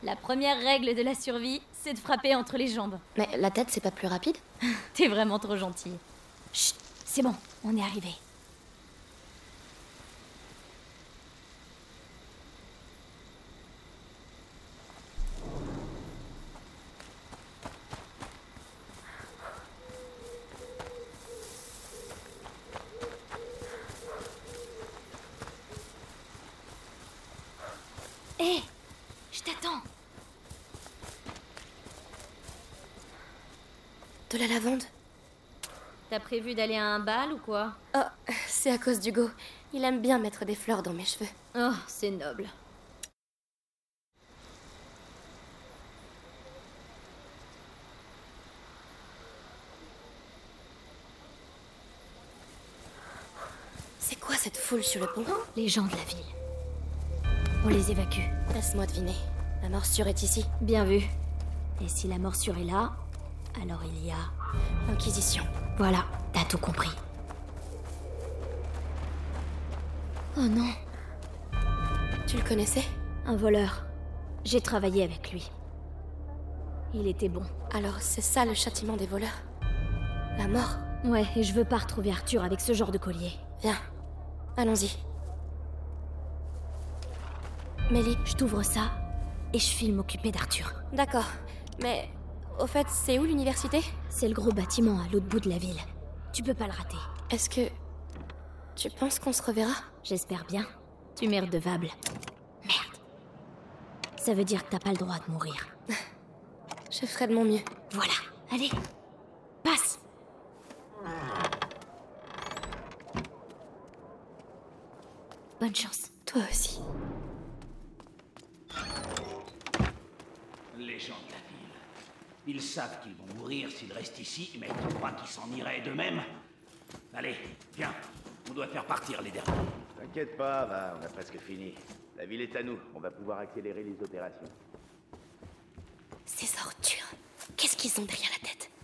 La première règle de la survie, c'est de frapper entre les jambes. Mais la tête, c'est pas plus rapide? T'es vraiment trop gentille. Chut, c'est bon, on est arrivé. Hé, je t'attends. De la lavande? T'as prévu d'aller à un bal ou quoi? Oh, c'est à cause d'Hugo. Il aime bien mettre des fleurs dans mes cheveux. Oh, c'est noble. C'est quoi cette foule sur le pont? Les gens de la ville. On les évacue. Laisse-moi deviner. La morsure est ici. Bien vu. Et si la morsure est là, alors il y a... Inquisition. Voilà, t'as tout compris. Oh non, Tu le connaissais? un voleur. J'ai travaillé avec lui. Il était bon. Alors c'est ça le châtiment des voleurs? La mort? Ouais, et je veux pas retrouver Arthur avec ce genre de collier. Viens. Allons-y. Mélie. Je t'ouvre ça, et je file m'occuper d'Arthur. D'accord. Mais... Au fait, c'est où l'université? C'est le gros bâtiment à l'autre bout de la ville. Tu peux pas le rater. Est-ce que... Tu penses qu'on se reverra? J'espère bien. Tu m'es redevable. Merde. Ça veut dire que t'as pas le droit de mourir. Je ferai de mon mieux. Voilà, allez. Passe. Bonne chance. Toi aussi. Les gens de la ville. Ils savent qu'ils vont mourir s'ils restent ici, mais tu crois qu'ils s'en iraient d'eux-mêmes? Allez, viens. On doit faire partir les derniers. T'inquiète pas, va, on a presque fini. La ville est à nous, on va pouvoir accélérer les opérations. Ces ordures. Qu'est-ce qu'ils ont derrière la tête?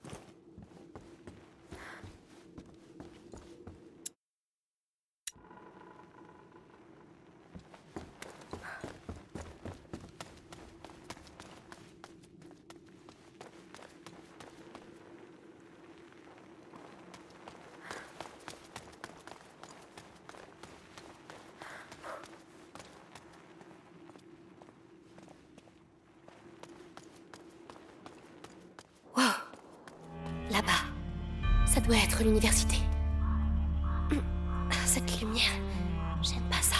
Wow. Là-bas. Ça doit être l'université. Cette lumière, j'aime pas ça.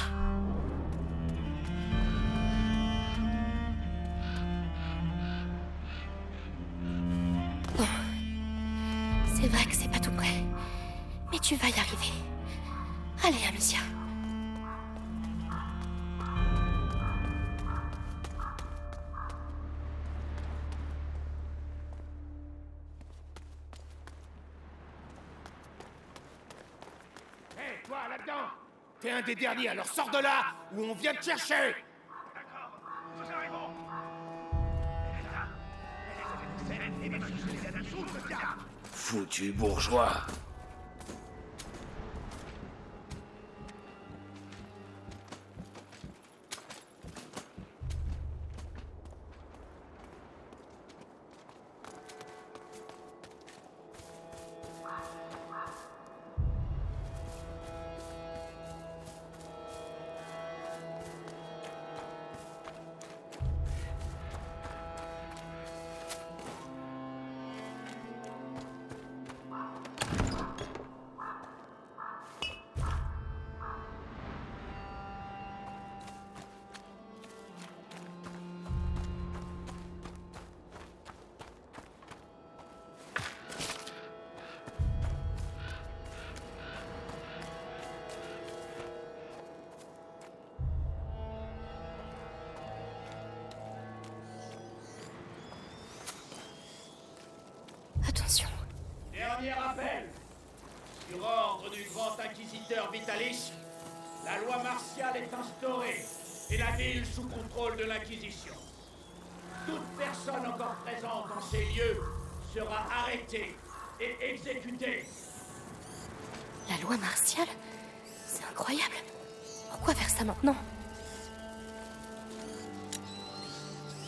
Bon. C'est vrai que c'est pas tout près. Mais tu vas y arriver. Allez, Amicia. Hé, toi, là-dedans! T'es un des derniers, alors sors de là, ou on vient te chercher! D'accord, nous arrivons! Foutu bourgeois! Attention. Dernier rappel. Sur ordre du grand inquisiteur Vitalis, la loi martiale est instaurée et la ville sous contrôle de l'Inquisition. Toute personne encore présente dans ces lieux sera arrêtée et exécutée. La loi martiale? C'est incroyable. Pourquoi faire ça maintenant?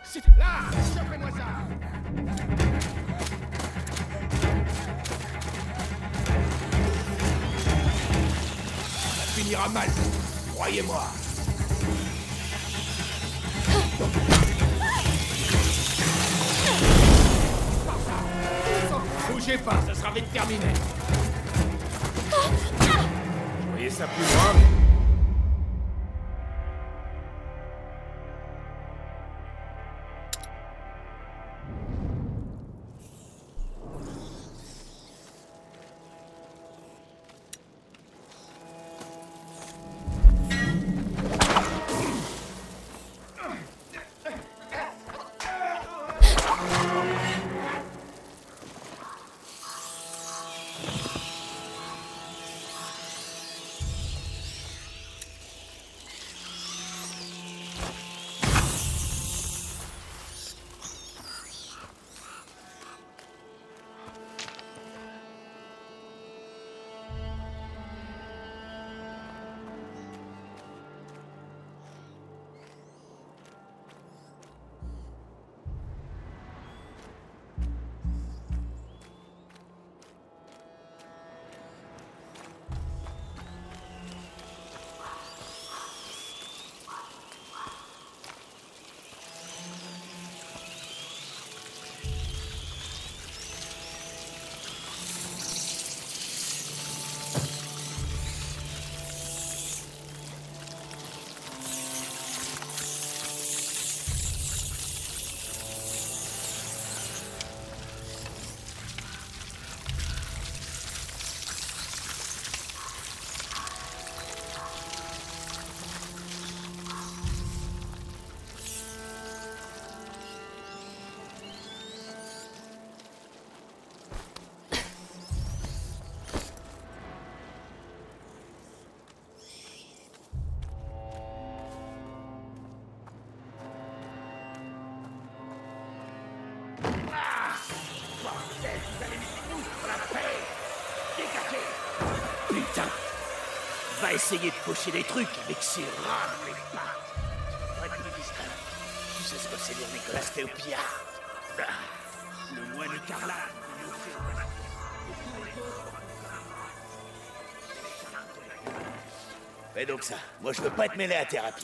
Là! Chopez-moi ça! Ça finira mal, croyez-moi. Bougez pas, ça sera vite terminé. Vous voyez ça plus loin? Putain! Va essayer de cocher des trucs avec ces rats dans les pattes! Faudrait être plus discret. Tu sais ce que c'est lire Nicolas Théopillard? Le moine Carla. Fais donc ça. Moi, je veux pas être mêlé à thérapie.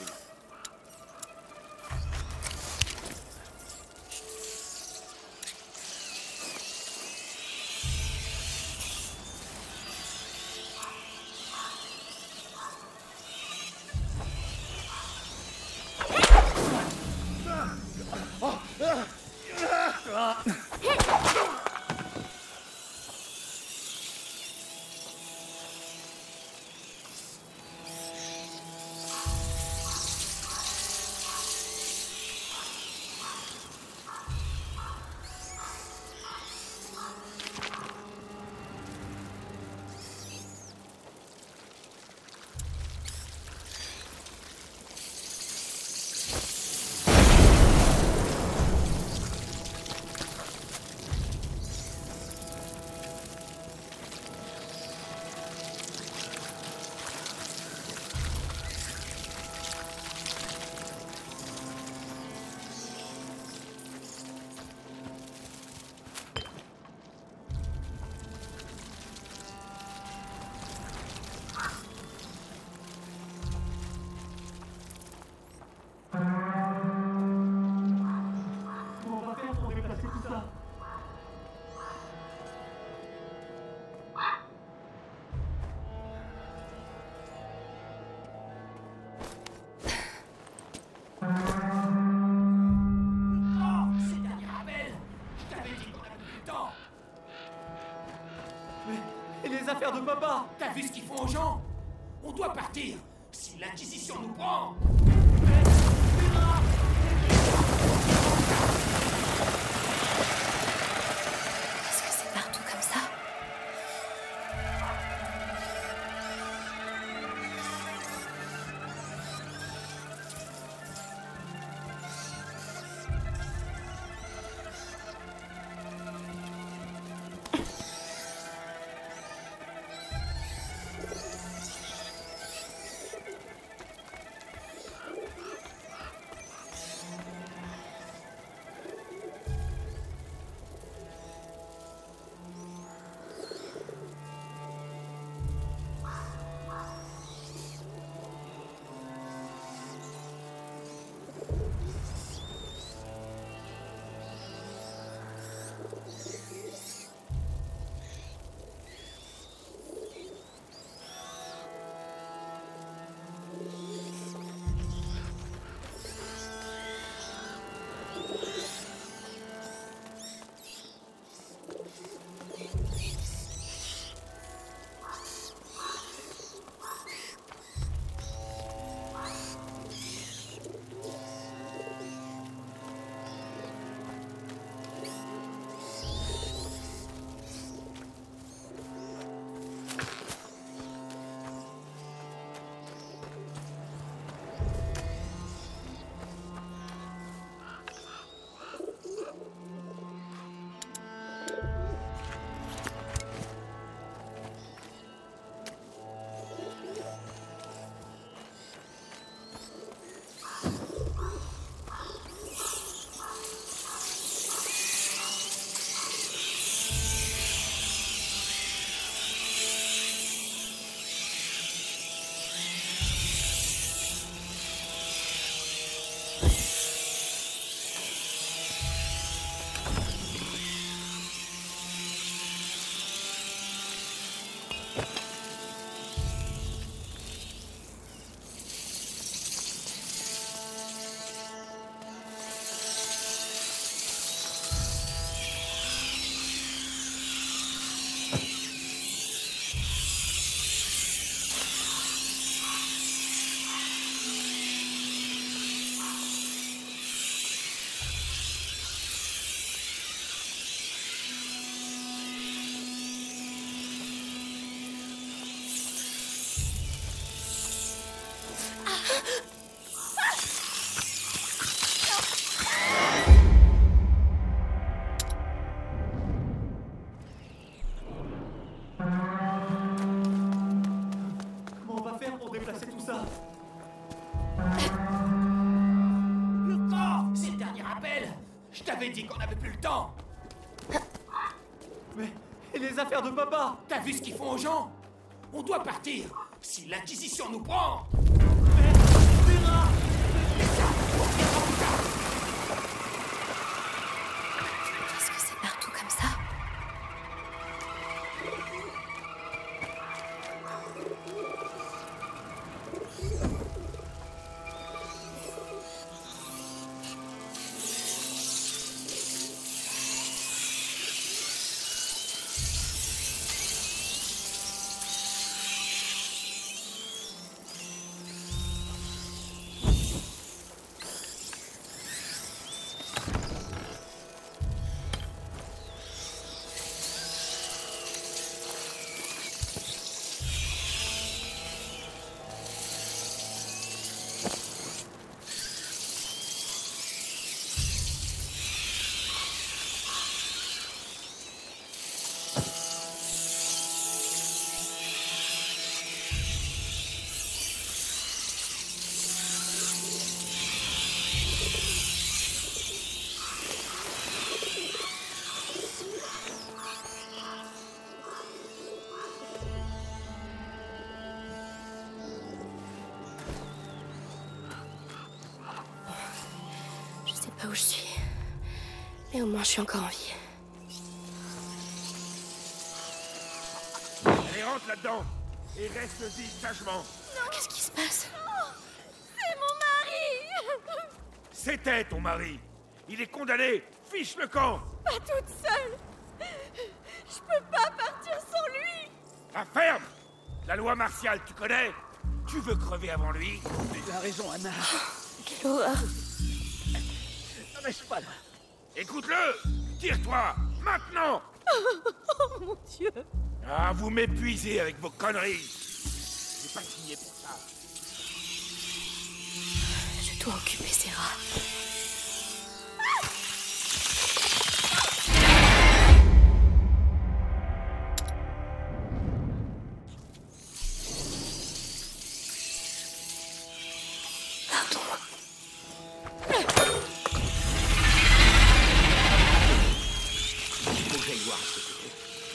Affaires de papa. T'as vu ce qu'ils font aux gens? On doit partir. Si l'Inquisition nous prend... Est-ce que c'est partout comme ça? t'avais dit qu'on avait plus le temps. Mais... Et les affaires de papa? T'as vu ce qu'ils font aux gens? On doit partir. Si l'Inquisition nous prend... Mais... Vera! Est-ce que c'est partout comme ça? Pas où je suis. Mais au moins, je suis encore en vie. Allez, rentre là-dedans et reste-y sagement. Non, qu'est-ce qui se passe? C'est mon mari! C'était ton mari. Il est condamné. Fiche le camp. Pas toute seule! Je peux pas partir sans lui! Ah, ferme. La loi martiale, tu connais? Tu veux crever avant lui? Il a raison, Anna. Quelle horreur! Ne reste pas là. Écoute-le. Tire-toi. Maintenant. Oh mon Dieu! Ah, vous m'épuisez avec vos conneries. J'ai pas signé pour ça. Je dois occuper Serra. Faut que j'aille voir ce que c'est.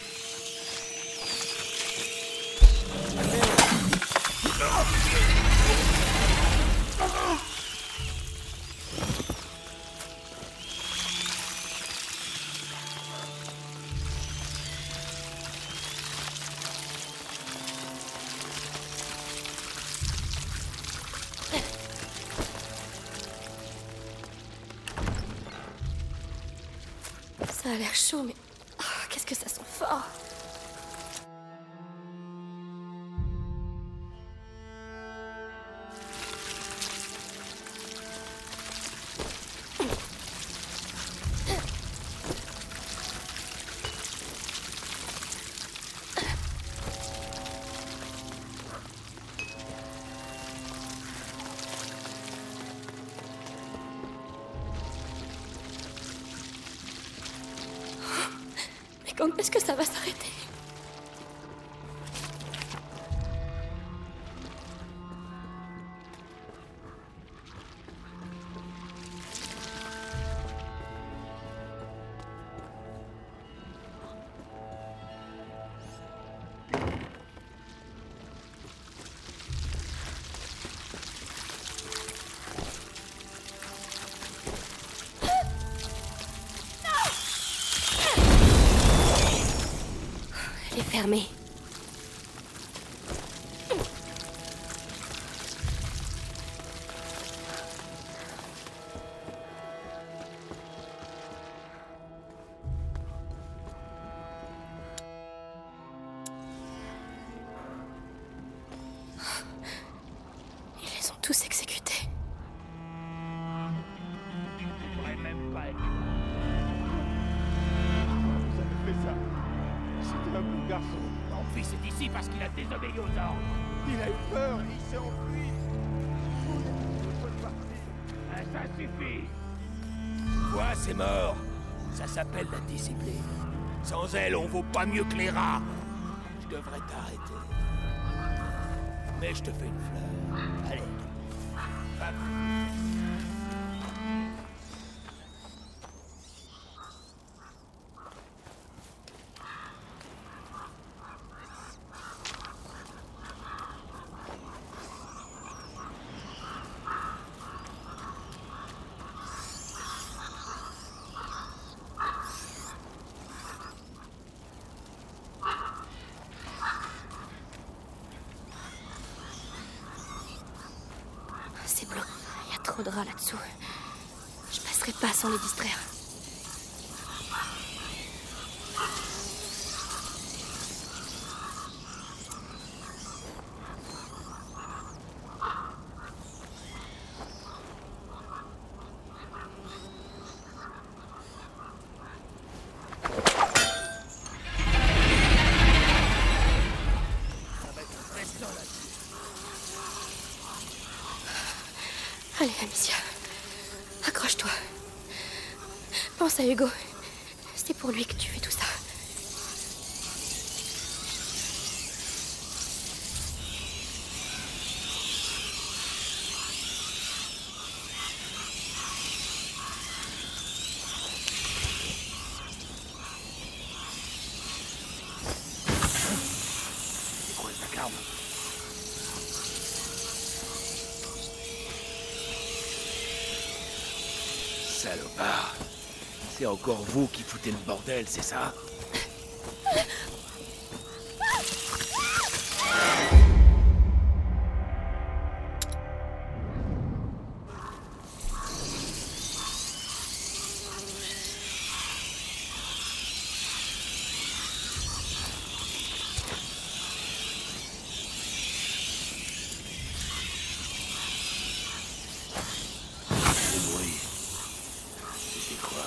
Ça a l'air chaud, mais... oh, qu'est-ce que ça sent fort! Mais quand est-ce que ça va s'arrêter? Elle est fermée. Ils les ont tous exécutés. Tu pourrais même pas être... Vous avez fait ça. C'était un bon garçon. Ton fils est ici parce qu'il a désobéi aux ordres. Il a eu peur, il s'est enfui. Vous pouvez partir. Ah, ça suffit. Quoi, c'est mort. Ça s'appelle la discipline. Sans elle, on vaut pas mieux que les rats. Je devrais t'arrêter. Mais je te fais une fleur. Allez. Va. trop de rats là-dessous. Je passerai pas sans les distraire. Allez, Amicia. Accroche-toi. Pense à Hugo. C'est pour lui que tu fais tout ça. C'est quoi ce vacarme? Salopard. C'est encore vous qui foutez le bordel, c'est ça? Le bruit. C'était quoi?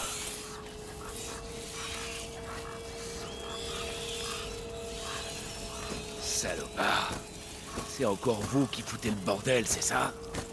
Salopard. C'est encore vous qui foutez le bordel, c'est ça?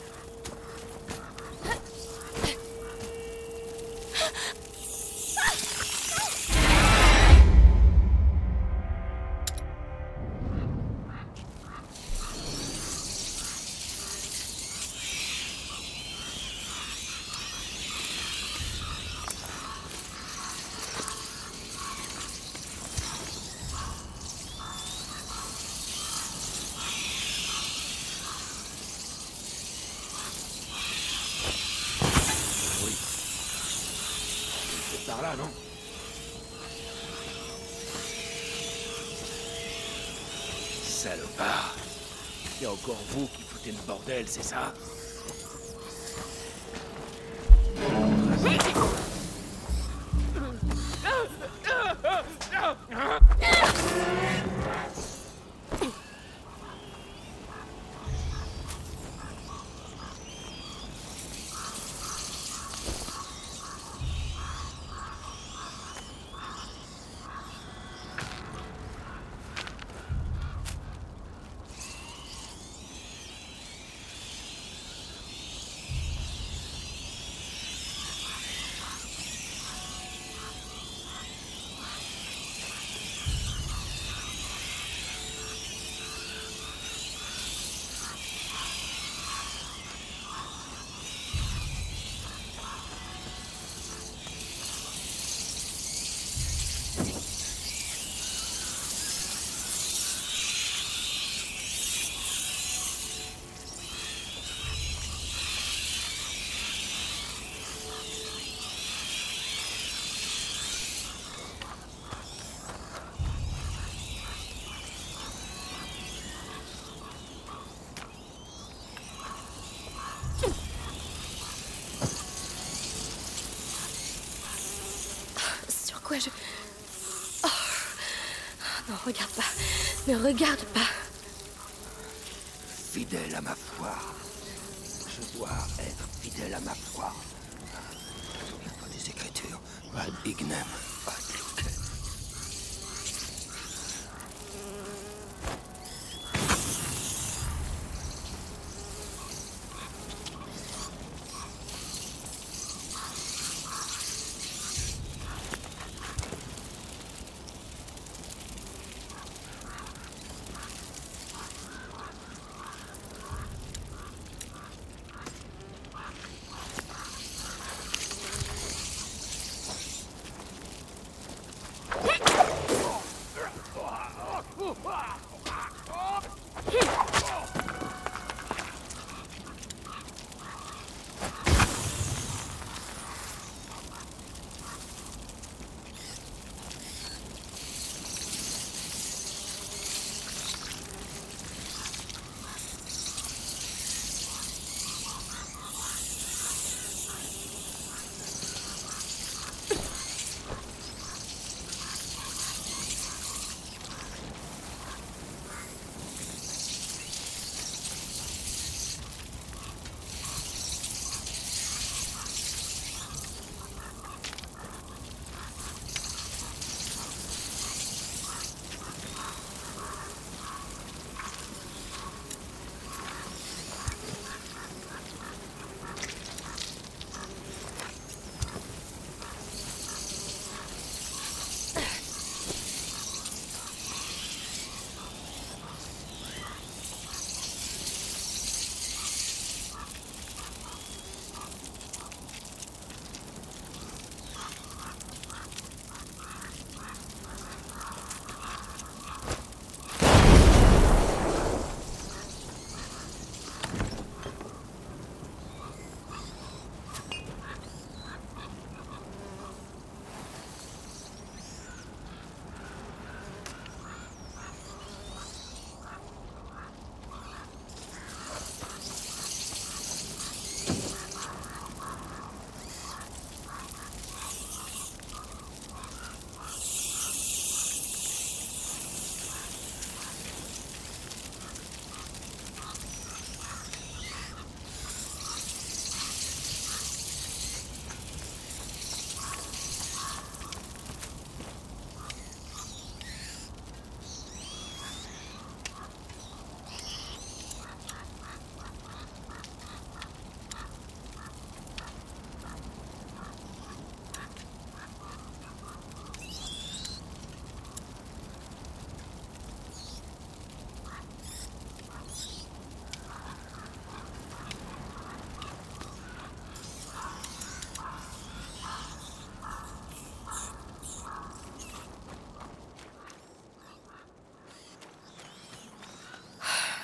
Oui. C'est par là, non? Salopard. C'est encore vous qui foutez le bordel, c'est ça? Sur quoi je... Oh. Non, regarde pas. Ne regarde pas. Fidèle à ma foi. Je dois être fidèle à ma foi. Souviens-toi des Écritures. Ad ignem, ad lucem.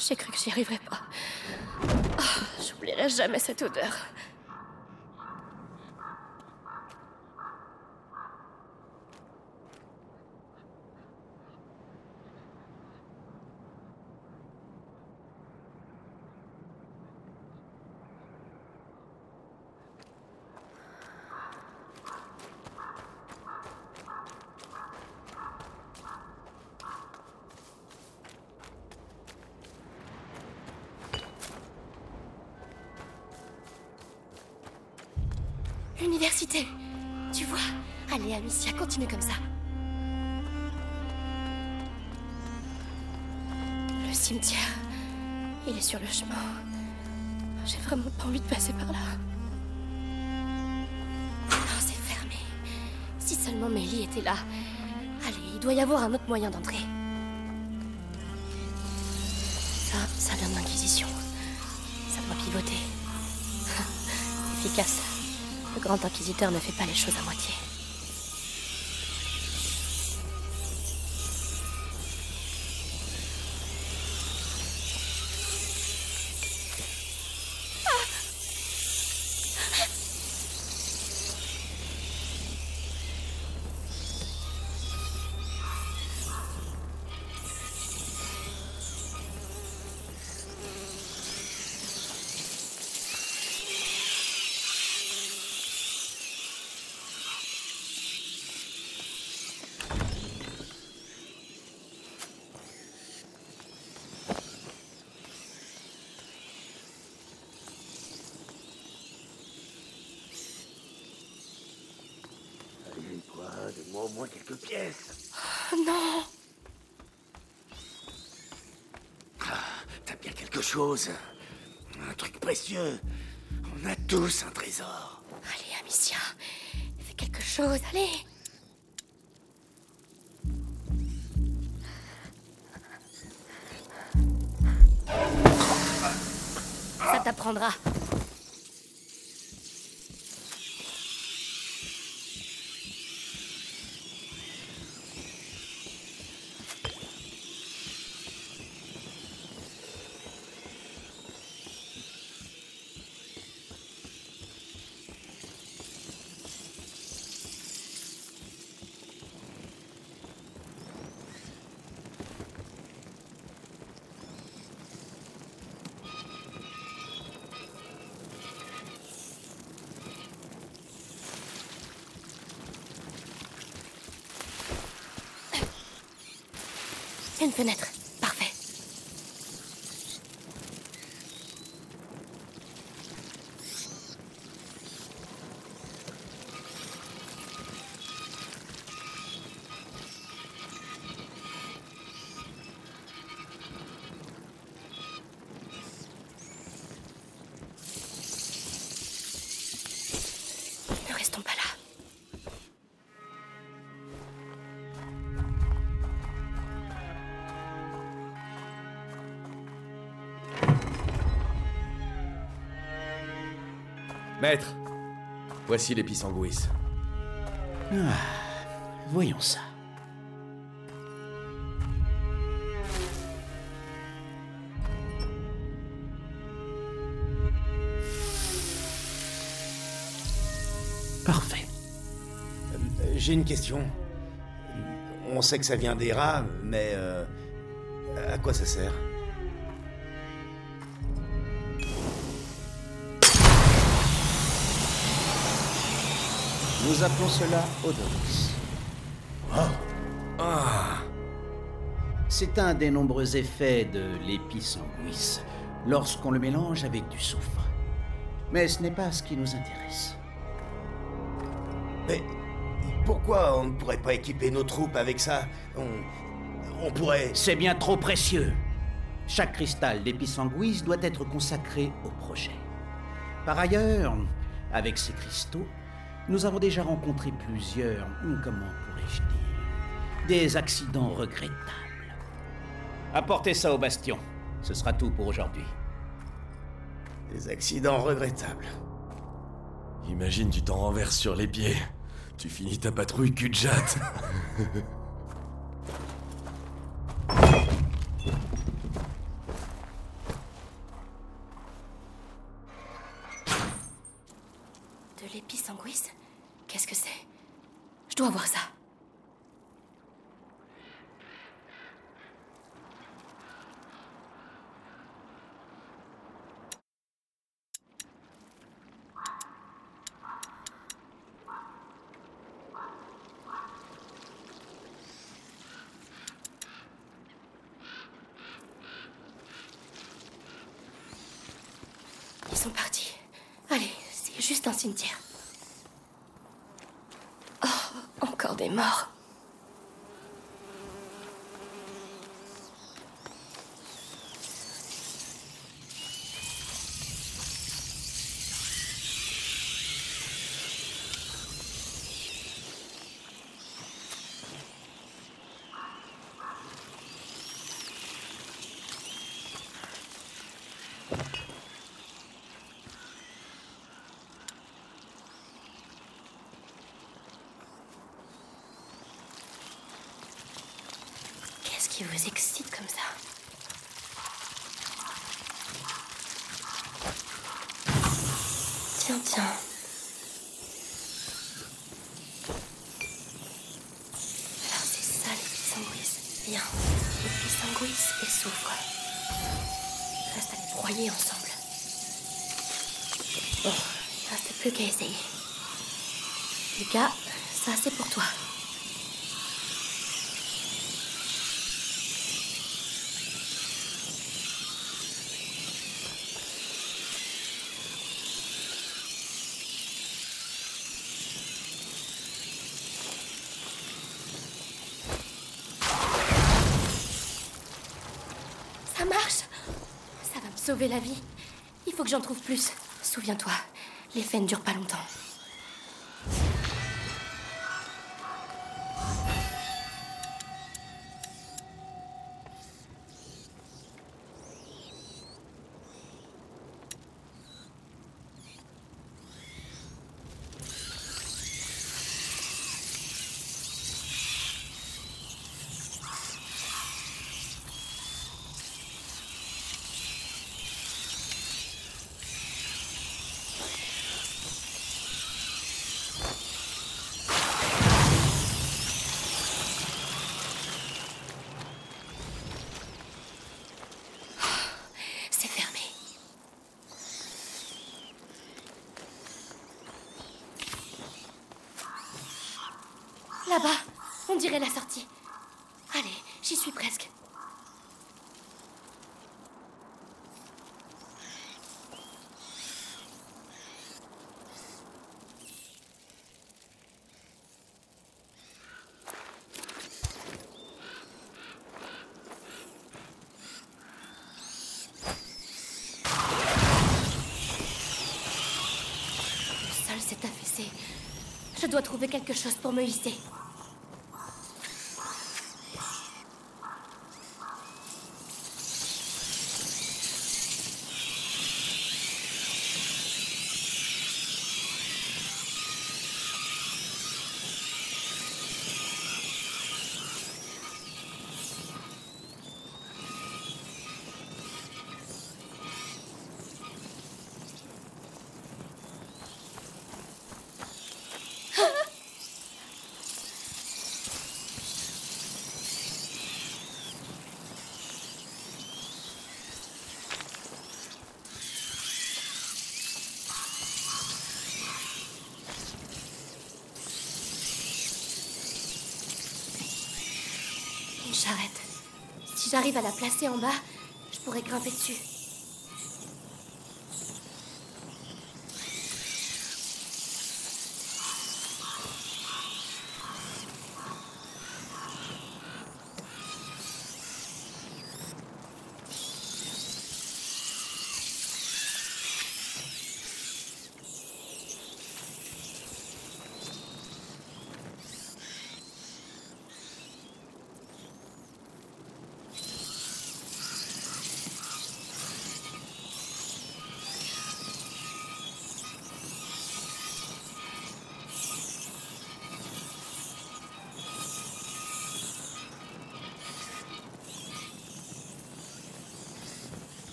J'ai cru que j'y arriverais pas. Oh, j'oublierai jamais cette odeur. L'université. Tu vois, allez Amicia, continue comme ça. Le cimetière, il est sur le chemin. J'ai vraiment pas envie de passer par là. Non, c'est fermé. Si seulement Mélie était là. Allez, il doit y avoir un autre moyen d'entrer. Ça vient de l'Inquisition. Ça doit pivoter. Efficace. Le grand inquisiteur ne fait pas les choses à moitié. Donne-moi au moins quelques pièces. Oh non! T'as bien quelque chose. Un truc précieux. On a tous un trésor. Allez, Amicia, fais quelque chose, allez! Ça t'apprendra. Une fenêtre. Parfait. Ne restons pas là. Maître, voici l'épisanguis. Voyons ça. Parfait. J'ai une question. On sait que ça vient des rats, mais à quoi ça sert? Nous appelons cela odoris. C'est un des nombreux effets de l'épisanguis lorsqu'on le mélange avec du soufre. Mais ce n'est pas ce qui nous intéresse. Mais pourquoi on ne pourrait pas équiper nos troupes avec ça? On pourrait... C'est bien trop précieux. Chaque cristal d'épisanguis doit être consacré au projet. Par ailleurs, avec ces cristaux, nous avons déjà rencontré plusieurs, comment pourrais-je dire, des accidents regrettables. Apportez ça au bastion. Ce sera tout pour aujourd'hui. Des accidents regrettables. Imagine, tu t'en renverses sur les pieds. Tu finis ta patrouille cul de jatte. De l'épisanguis? Qu'est-ce que c'est? Je dois voir ça. Ils sont partis. Allez, c'est juste un cimetière. Oh, encore des morts. Qu'est-ce qui vous excite comme ça? Tiens, tiens. Alors c'est ça l'épisanguis. Bien. L'épisanguis et soufre. Reste à les broyer ensemble. Bon, il ne reste plus qu'à essayer. Lucas, ça c'est pour toi. Ça marche! Ça va me sauver la vie. Il faut que j'en trouve plus. Souviens-toi, les faits ne durent pas longtemps. C'est fermé. Là-bas, on dirait la sortie. Allez, j'y suis presque. Le sol s'est affaissé. Je dois trouver quelque chose pour me hisser. Une charrette. Si j'arrive à la placer en bas, je pourrais grimper dessus.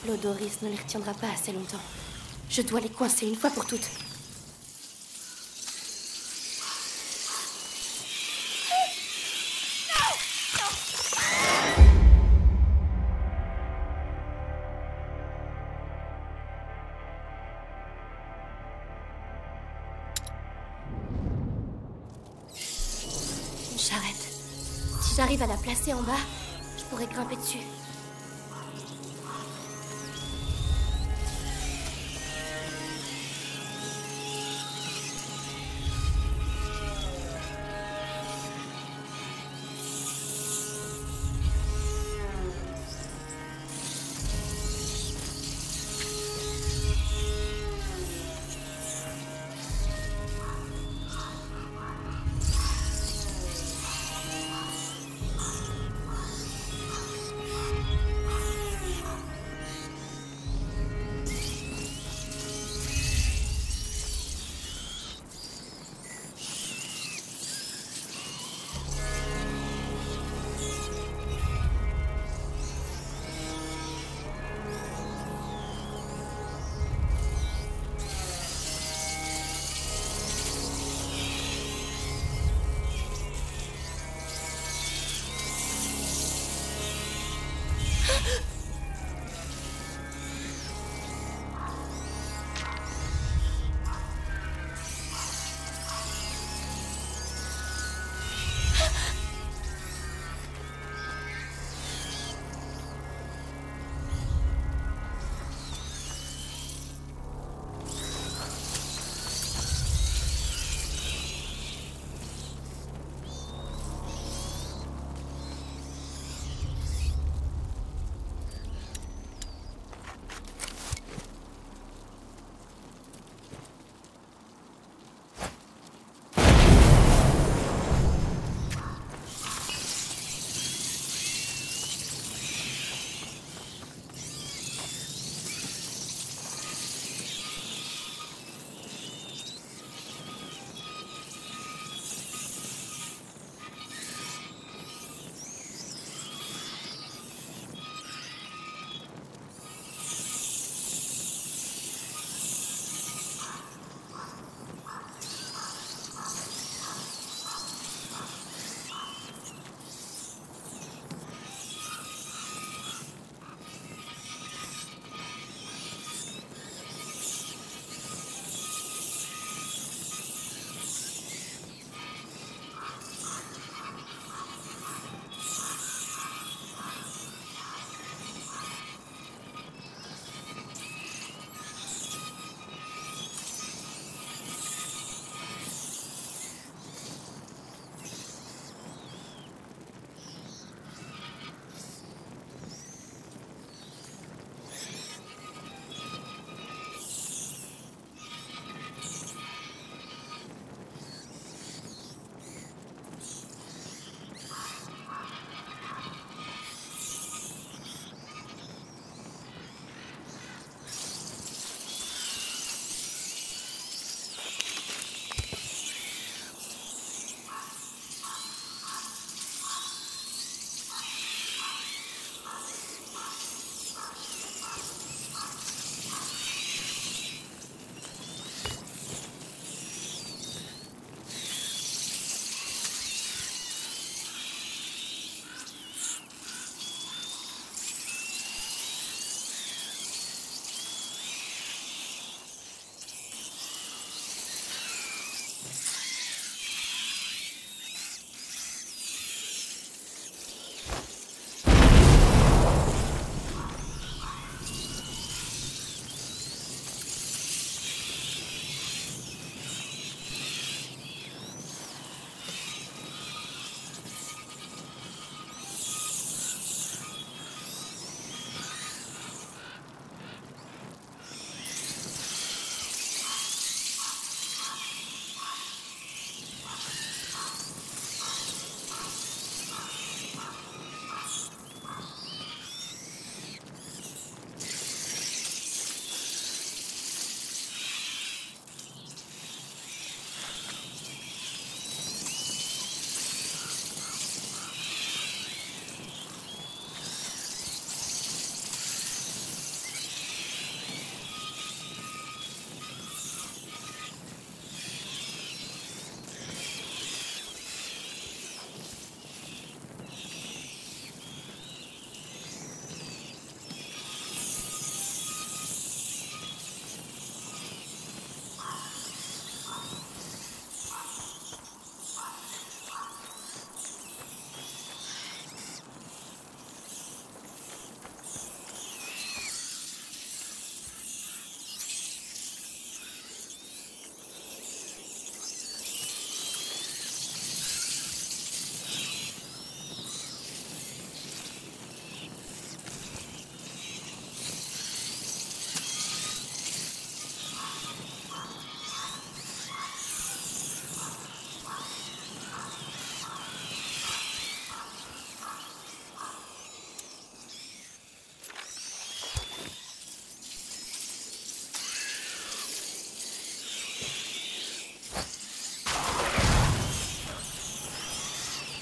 L'Odoris ne les retiendra pas assez longtemps. Je dois les coincer une fois pour toutes. Une charrette. Si j'arrive à la placer en bas, je pourrais grimper dessus.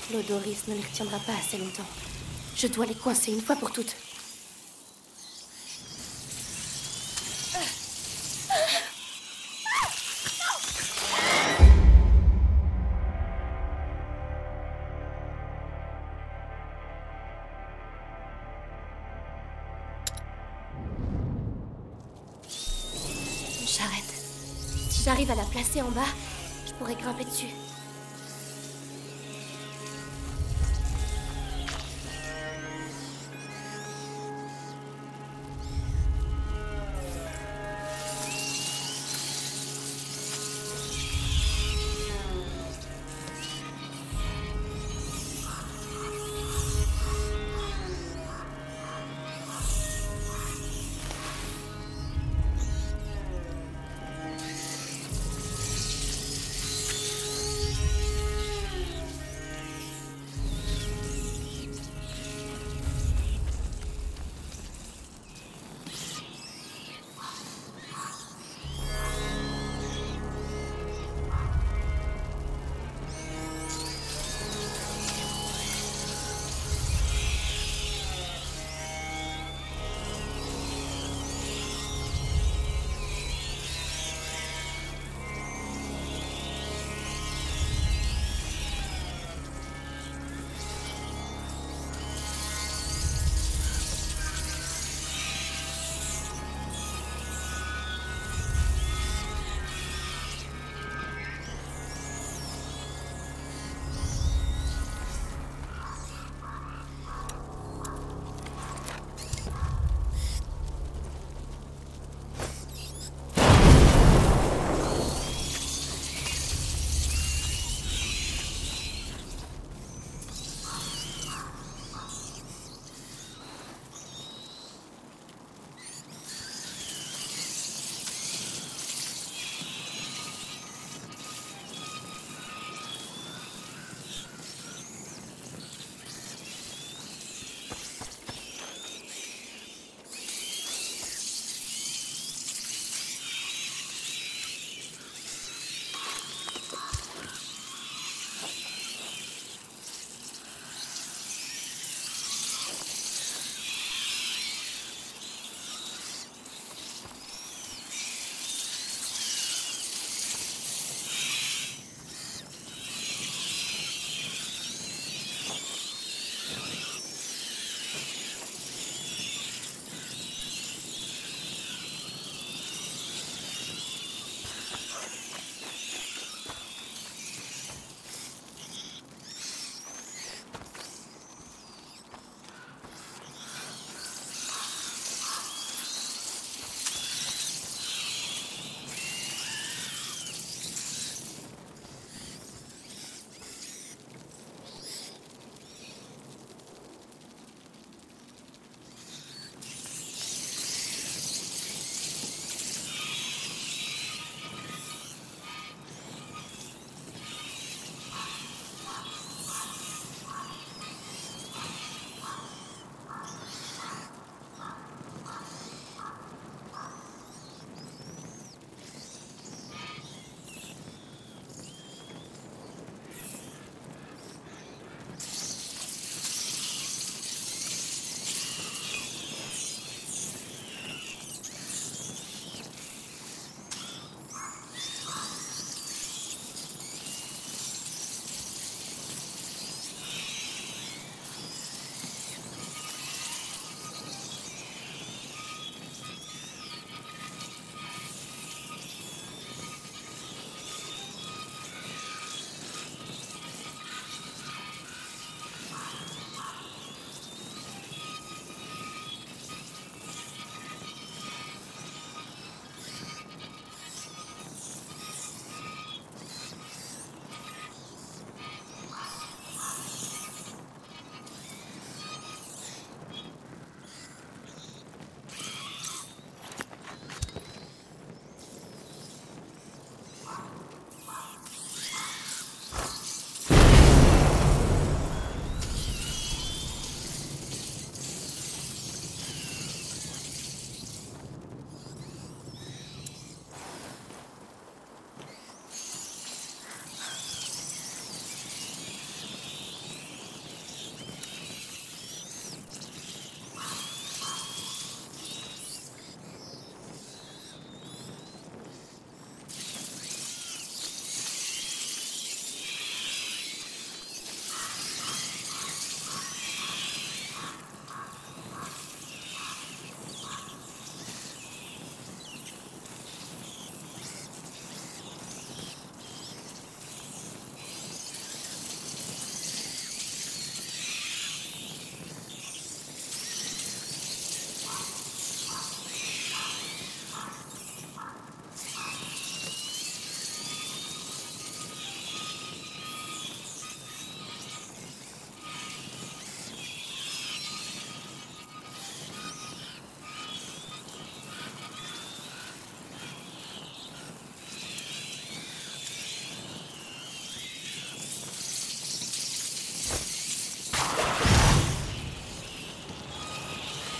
Lodoris ne les retiendra pas assez longtemps. Je dois les coincer une fois pour toutes. Une charrette. Si j'arrive à la placer en bas, je pourrais grimper dessus.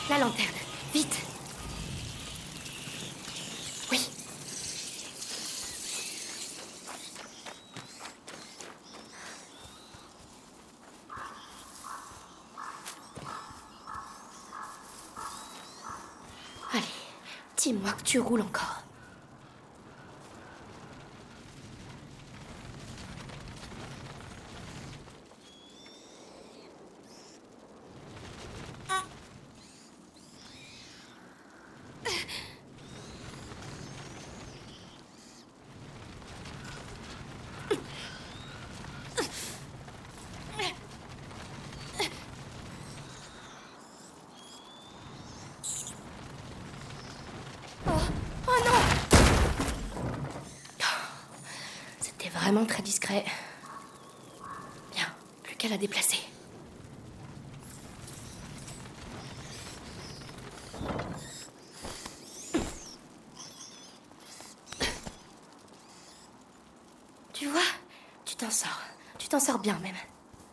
La lanterne, vite. Oui. Allez, dis-moi que tu roules encore. Vraiment très discret. Bien, plus qu'à la déplacer. Tu vois, tu t'en sors. Tu t'en sors bien même.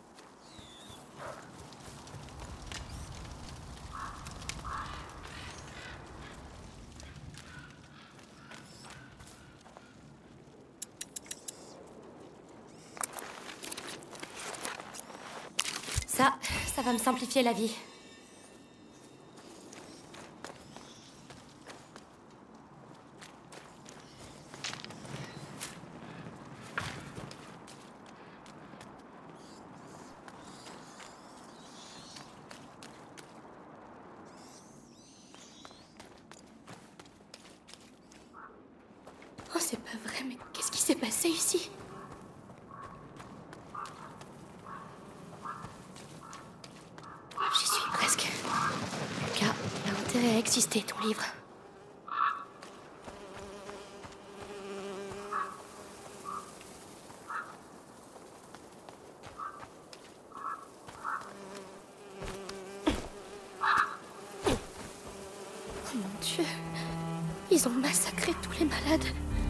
Ça va me simplifier la vie. Oh, c'est pas vrai, mais qu'est-ce qui s'est passé ici ? J'y suis presque. Lucas, il a intérêt à exister, ton livre. Oh mon Dieu. Ils ont massacré tous les malades.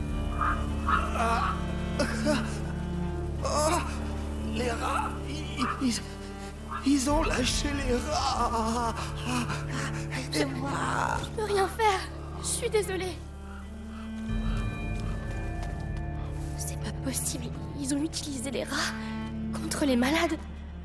Les rats, ils ont lâché les rats. Aidez-moi. Je peux rien faire. Je suis désolée. C'est pas possible. Ils ont utilisé les rats contre les malades.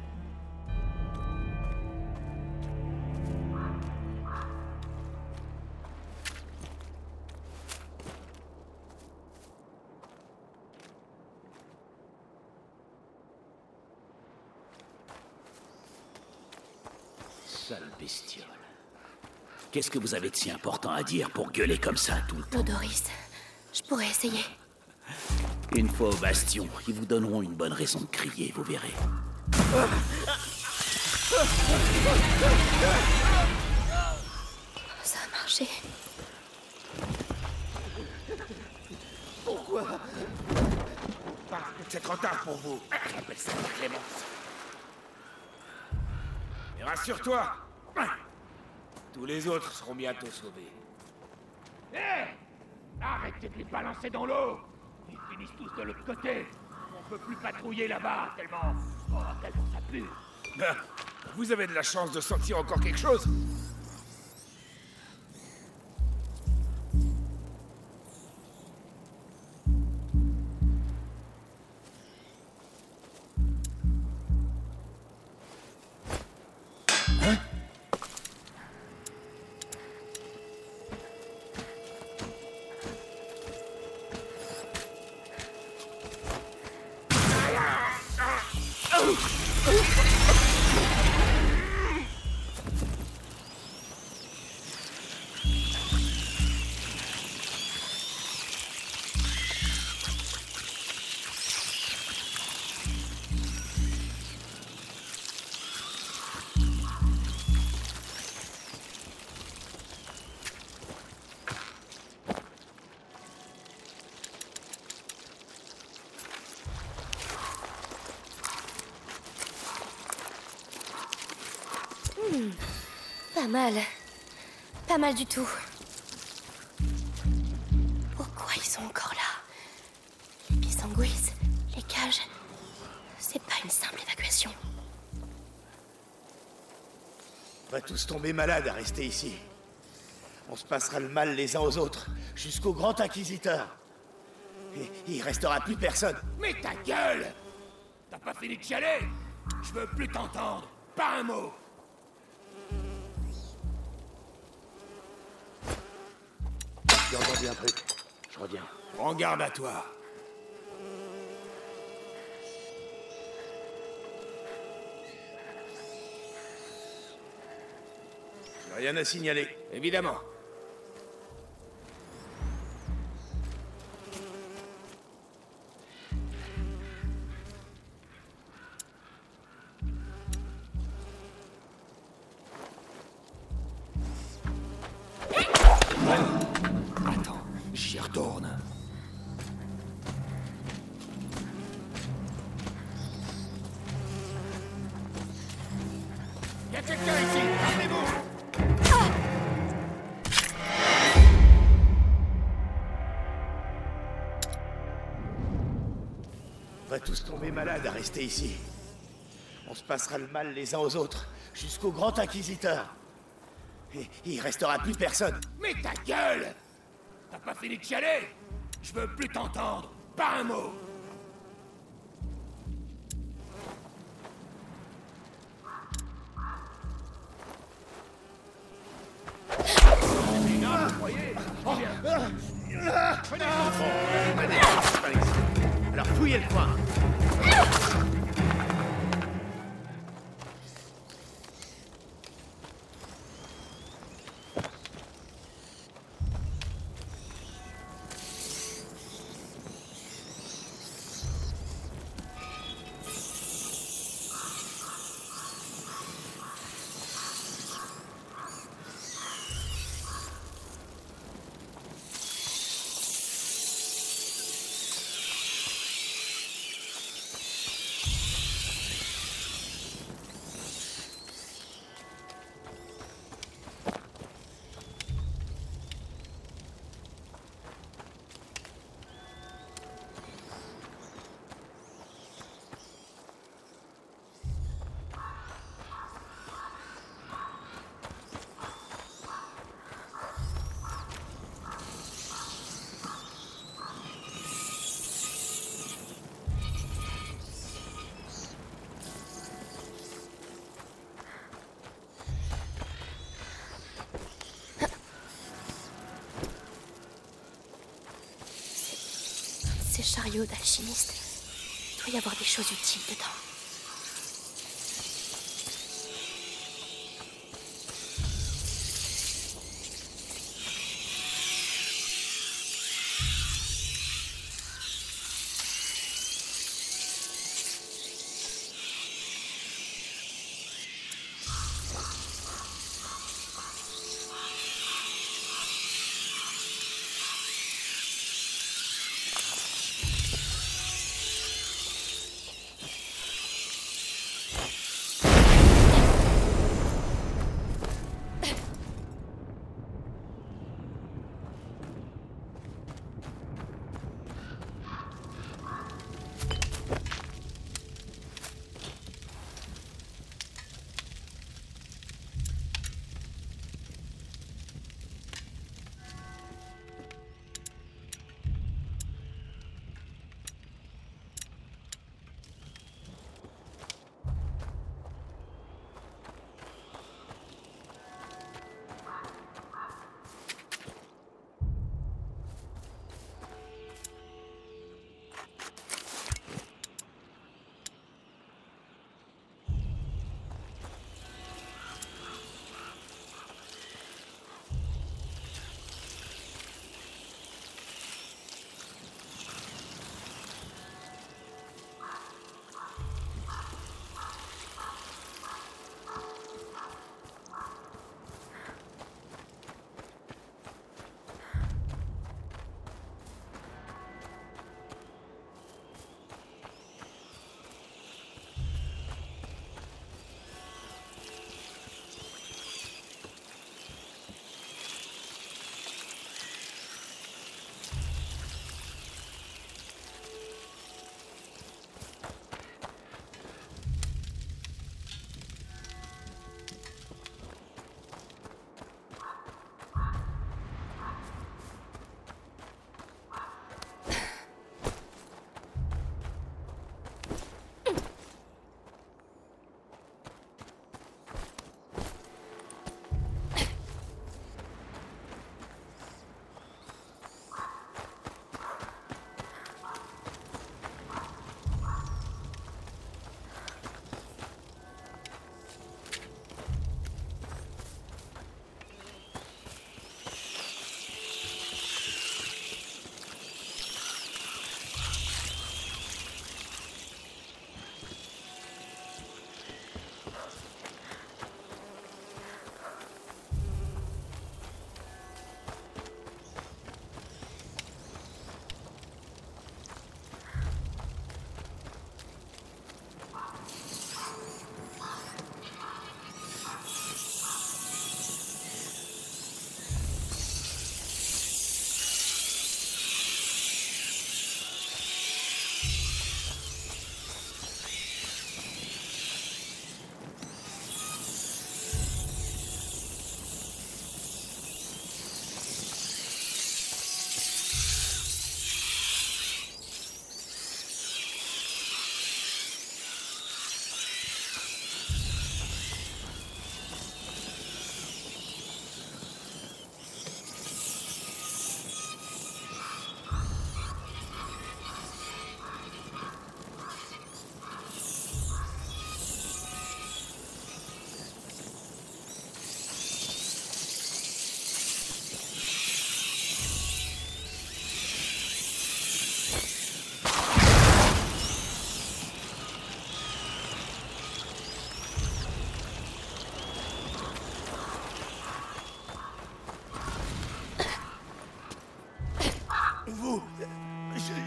Sale bestiole. Qu'est-ce que vous avez de si important à dire pour gueuler comme ça tout le temps? Doris, je pourrais essayer. Une fois au bastion, ils vous donneront une bonne raison de crier, vous verrez. Ça a marché. Pourquoi? Parce que c'est trop tard pour vous. J'appelle ça la clémence. Et rassure-toi, tous les autres seront bientôt sauvés. Hé! Arrêtez de les balancer dans l'eau! Ils finissent tous de l'autre côté. On peut plus patrouiller là-bas, tellement ça pue. Ben, vous avez de la chance de sentir encore quelque chose? Pas mal. Pas mal du tout. Pourquoi ils sont encore là? Les pissenguis, les cages. C'est pas une simple évacuation. va tous tomber malades à rester ici. On se passera le mal les uns aux autres, jusqu'au grand inquisiteur. Et il restera plus personne. Mais ta gueule! T'as pas fini de chialer? Je veux plus t'entendre. Pas un mot. J'ai entendu un truc. Je reviens. Prends garde à toi. Rien à signaler. Évidemment. Attends, j'y retourne. Y'a quelqu'un ici, armez-vous! On va tous tomber malades à rester ici. On se passera le mal les uns aux autres, jusqu'au grand inquisiteur. Et il restera plus personne. Mais ta gueule! T'as pas fini de chialer? Je veux plus t'entendre. Pas un mot. Alors fouillez le coin. Ces chariots d'alchimistes, il doit y avoir des choses utiles dedans.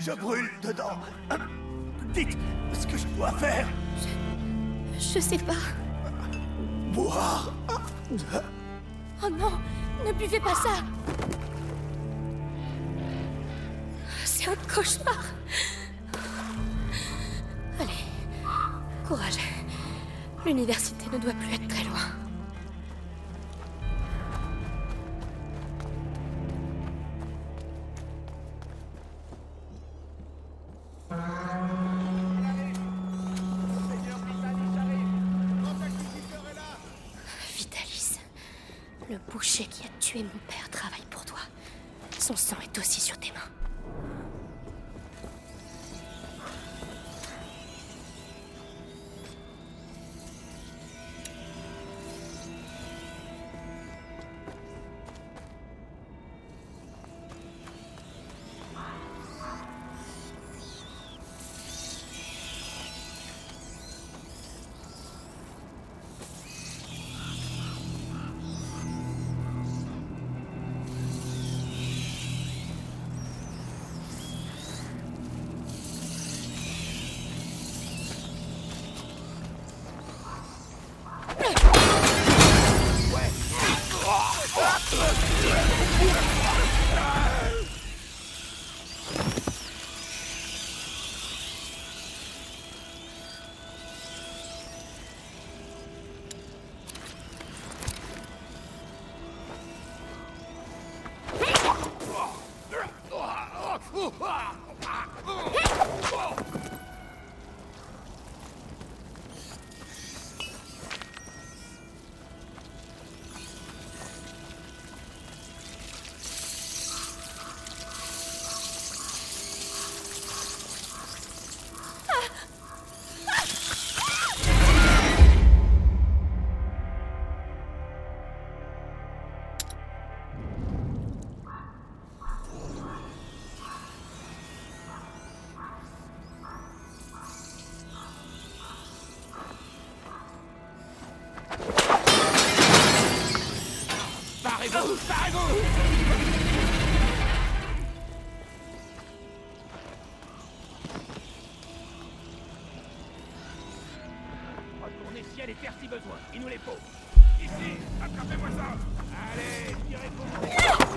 Je brûle dedans. Dites ce que je dois faire. Je sais pas. Boire. Oh non, ne buvez pas ça. C'est un cauchemar. Allez, courage. L'université ne doit plus être très loin. Vitalis, le boucher qui a tué mon père travaille pour toi. Son sang est aussi sur tes mains. Retournez ciel et terre si besoin. Il nous les faut. Ici, attrapez-moi ça. Allez, tirez pour vous.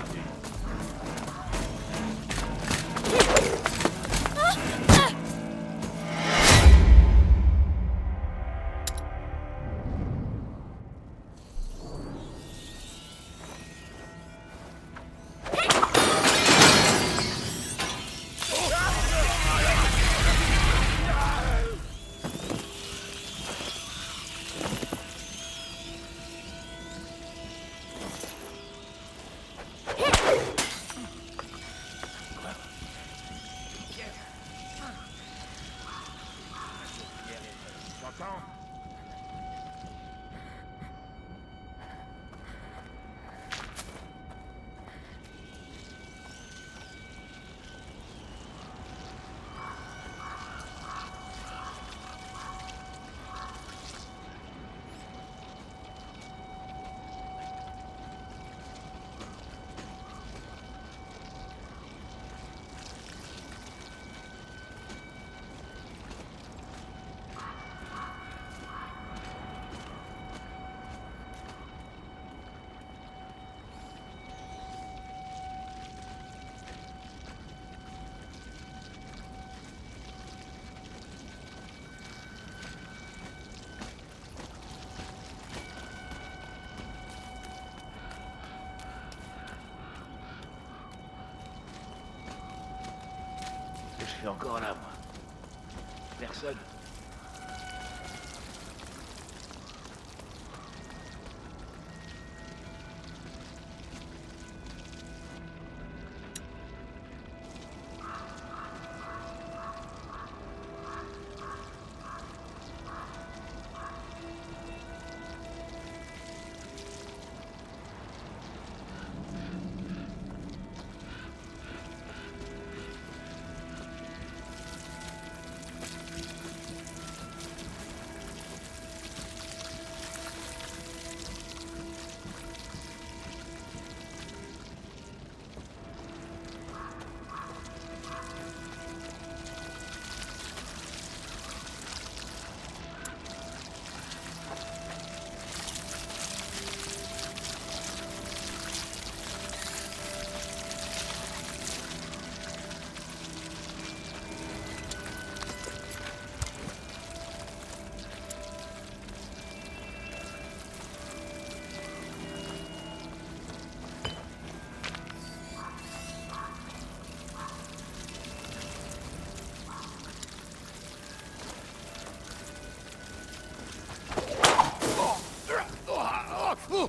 Je suis encore là, moi. Personne.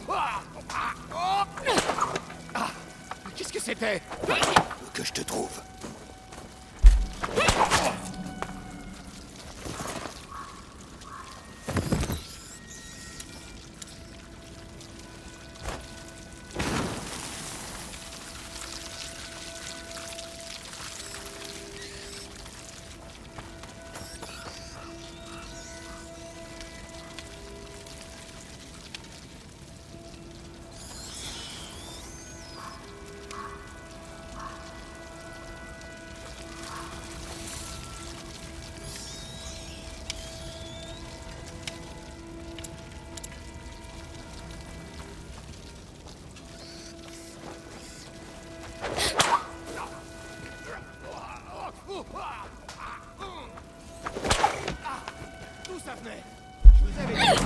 Qu'est-ce que c'était? Que je te trouve. D'où ça venait? Je vous avais dit.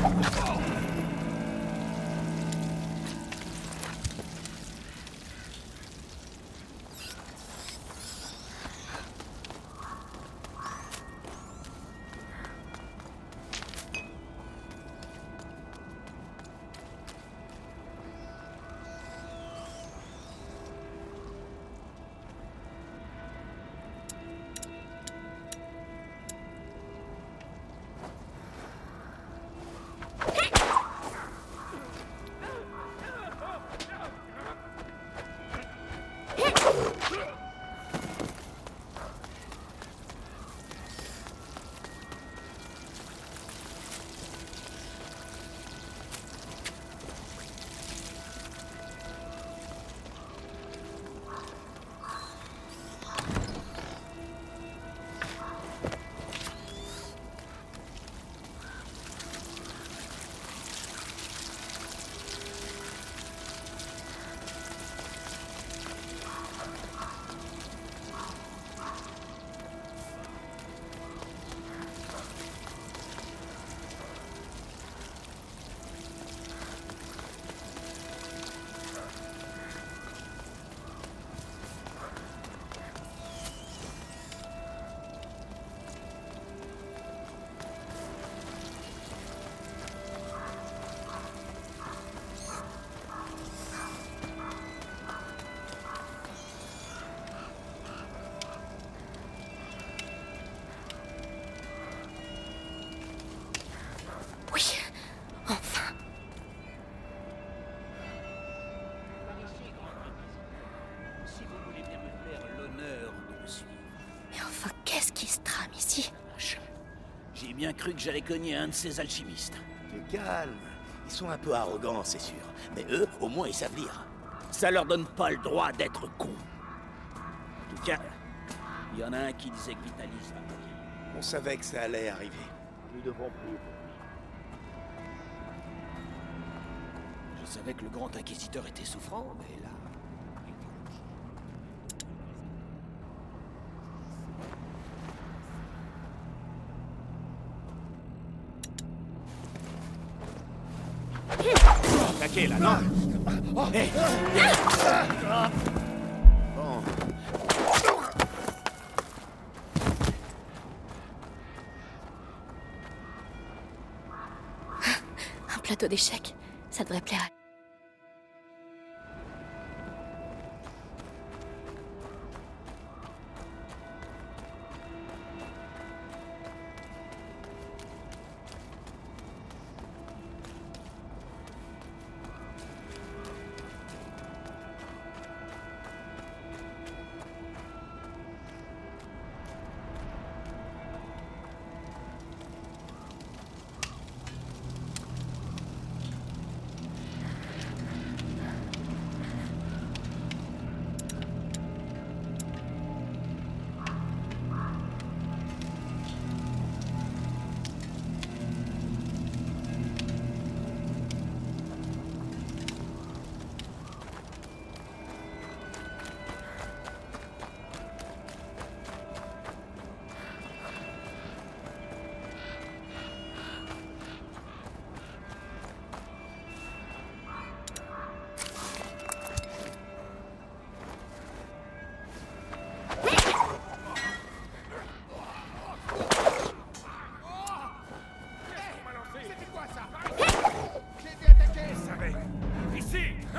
J'ai bien cru que j'allais cogner un de ces alchimistes. Te calme. Ils sont un peu arrogants, c'est sûr. Mais eux, au moins, ils savent lire. Ça leur donne pas le droit d'être cons. En tout cas, il y en a un qui disait que Vitalis va mourir. On savait que ça allait arriver. Nous devons prier. Je savais que le grand inquisiteur était souffrant, mais là... Attaquez là, non? Hey. Bon. Un plateau d'échecs, ça devrait plaire à...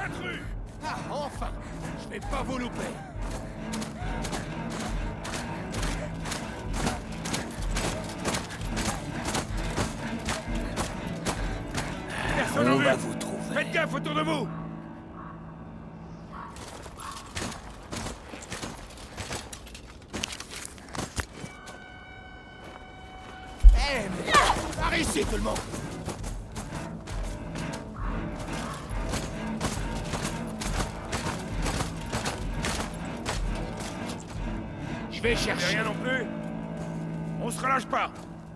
Intrus! Ah, enfin! Je vais pas vous louper! Personne en vue! Vous trouver. Faites gaffe autour de vous! Par ici, tout le monde! Je vais chercher. Rien non plus. On se relâche pas.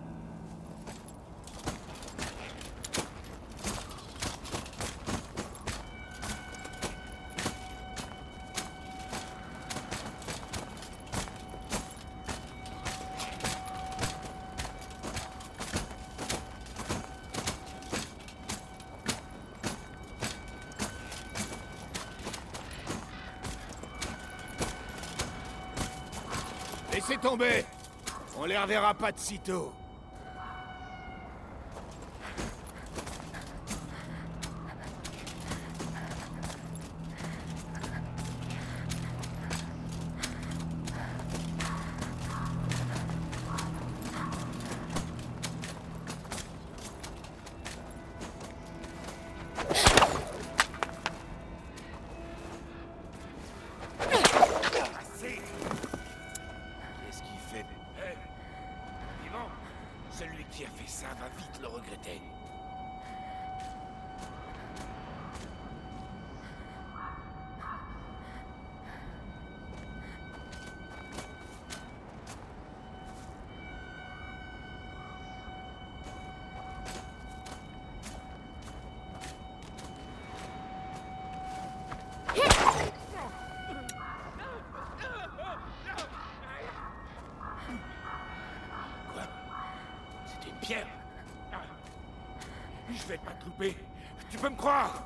Laissez tomber. On les reverra pas de sitôt. Celui qui a fait ça va vite le regretter. Pierre! Je vais pas te louper. Tu peux me croire!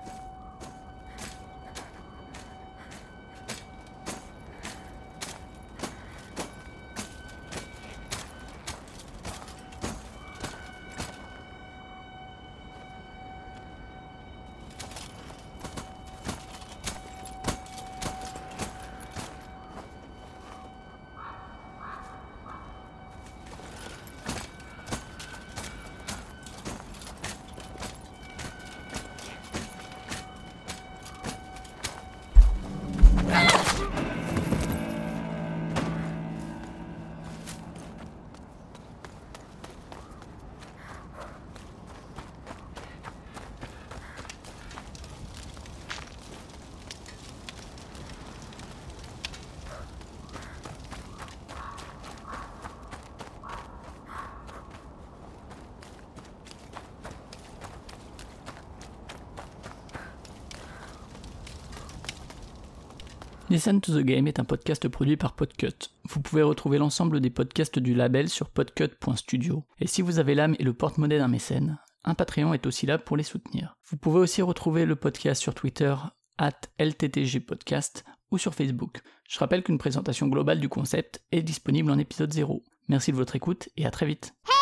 Listen to the Game est un podcast produit par Podcut. Vous pouvez retrouver l'ensemble des podcasts du label sur podcut.studio. Et si vous avez l'âme et le porte-monnaie d'un mécène, un Patreon est aussi là pour les soutenir. Vous pouvez aussi retrouver le podcast sur Twitter @LTTGpodcast ou sur Facebook. Je rappelle qu'une présentation globale du concept est disponible en épisode 0. Merci de votre écoute et à très vite.